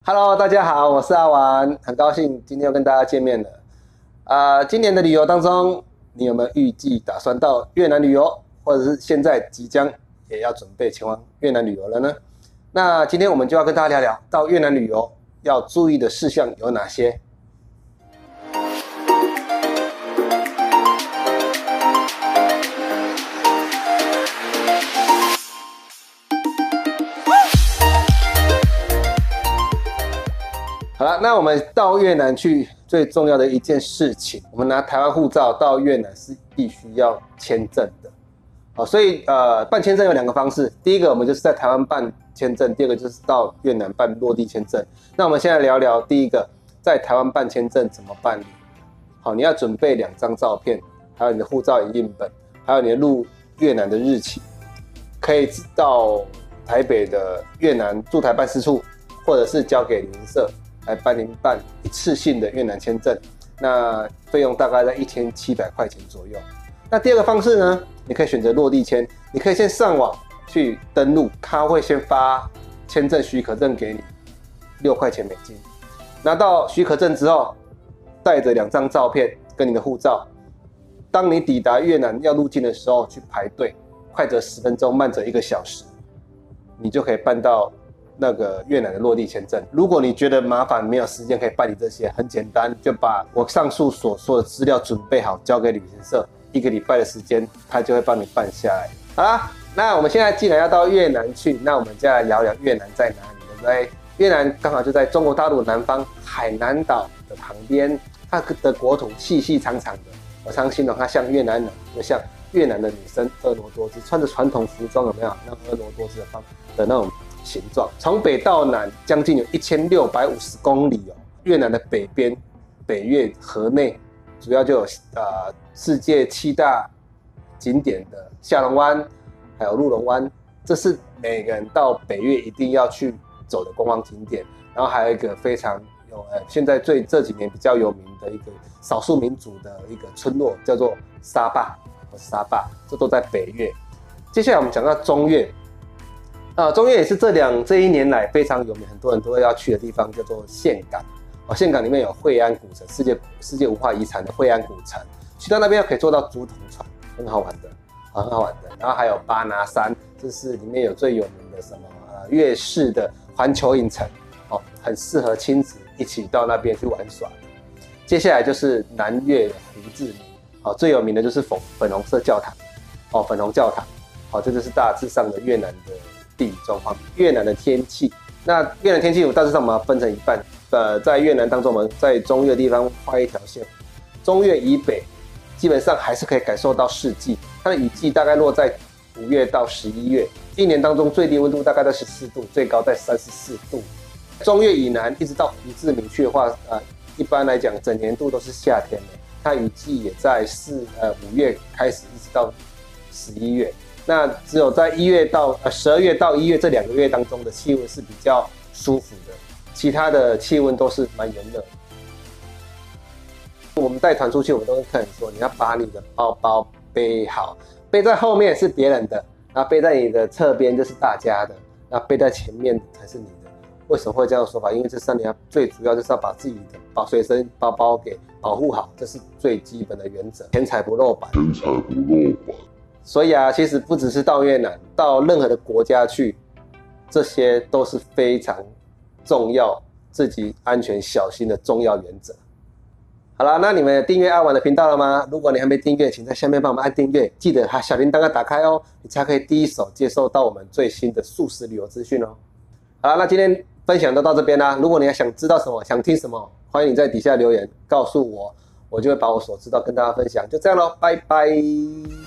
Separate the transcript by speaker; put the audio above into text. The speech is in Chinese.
Speaker 1: Hello， 大家好，我是阿玩，很高兴今天又跟大家见面了。今年的旅游当中，你有没有预计打算到越南旅游，或者是现在即将也要准备前往越南旅游了呢？那今天我们就要跟大家聊聊到越南旅游要注意的事项有哪些。好了，那我们到越南去最重要的一件事情，我们拿台湾护照到越南是必须要签证的。好，所以办签证有两个方式，第一个我们就是在台湾办签证，第二个就是到越南办落地签证。那我们现在聊聊第一个，在台湾办签证怎么办理。好，你要准备2张照片，还有你的护照影印本，还有你的入越南的日期，可以到台北的越南驻台办事处，或者是交给旅行社来帮您办一次性的越南签证，那费用大概在1700块钱左右。那第二个方式呢，你可以选择落地签，你可以先上网去登录，他会先发签证许可证给你，6块钱美金。拿到许可证之后，带着2张照片跟你的护照，当你抵达越南要入境的时候去排队，快则10分钟，慢则1个小时，你就可以办到那个越南的落地签证。如果你觉得麻烦没有时间可以办理这些，很简单，就把我上述所说的资料准备好，交给旅行社，1个礼拜的时间，他就会帮你办下来。好啦，那我们现在既然要到越南去，那我们就来聊聊越南在哪里，对不对？越南刚好就在中国大陆南方海南岛的旁边，它的国土细细长长的，我常形容它像越南人，就像越南的女生婀娜多姿，穿着传统服装，有没有？那婀娜多姿的那种形状，从北到南将近有1650公里哦。越南的北边，北越河内，主要就有世界7大景点的下龙湾，还有鹿龙湾，这是每个人到北越一定要去走的观光景点。然后还有一个非常有现在这几年比较有名的一个少数民族的一个村落，叫做沙坝，这都在北越。接下来我们讲到中越。中越也是这1年来非常有名，很多人都要去的地方，叫做岘港。岘港里面有惠安古城，世界文化遗产的惠安古城，去到那边可以坐到竹筒船，很好玩的。然后还有巴拿山，这是里面有最有名的什么越式的环球影城，很适合亲子一起到那边去玩耍。接下来就是南越的胡志明，最有名的就是粉红色教堂，粉红教堂。这就是大致上的越南的地理状况。越南的天气，那越南天气大致上我们分成一半，在越南当中，我们在中越地方画一条线，中越以北基本上还是可以感受到四季，它的雨季大概落在5月到11月，一年当中最低温度大概在14度，最高在34度。中越以南一直到胡志明去的话，一般来讲整年度都是夏天的，它雨季也在5月开始一直到11月。那只有在12月到1月这2个月当中的气温是比较舒服的，其他的气温都是蛮炎热的。我们带团出去，我们都跟客人说，你要把你的包包背好，背在后面是别人的，然后背在你的侧边就是大家的，那背在前面才是你的。为什么会这样说法？因为这3年最主要就是要把自己的随身包包给保护好，这是最基本的原则，钱财不露白。所以其实不只是到越南，到任何的国家去，这些都是非常重要，自己安全小心的重要原则。好啦，那你们订阅阿玩的频道了吗？如果你还没订阅，请在下面帮我们按订阅，记得小铃铛要打开哦，你才可以第一手接收到我们最新的速食旅游资讯哦。好啦，那今天分享都到这边啦。如果你还想知道什么，想听什么，欢迎你在底下留言告诉我，我就会把我所知道跟大家分享。就这样咯，拜拜。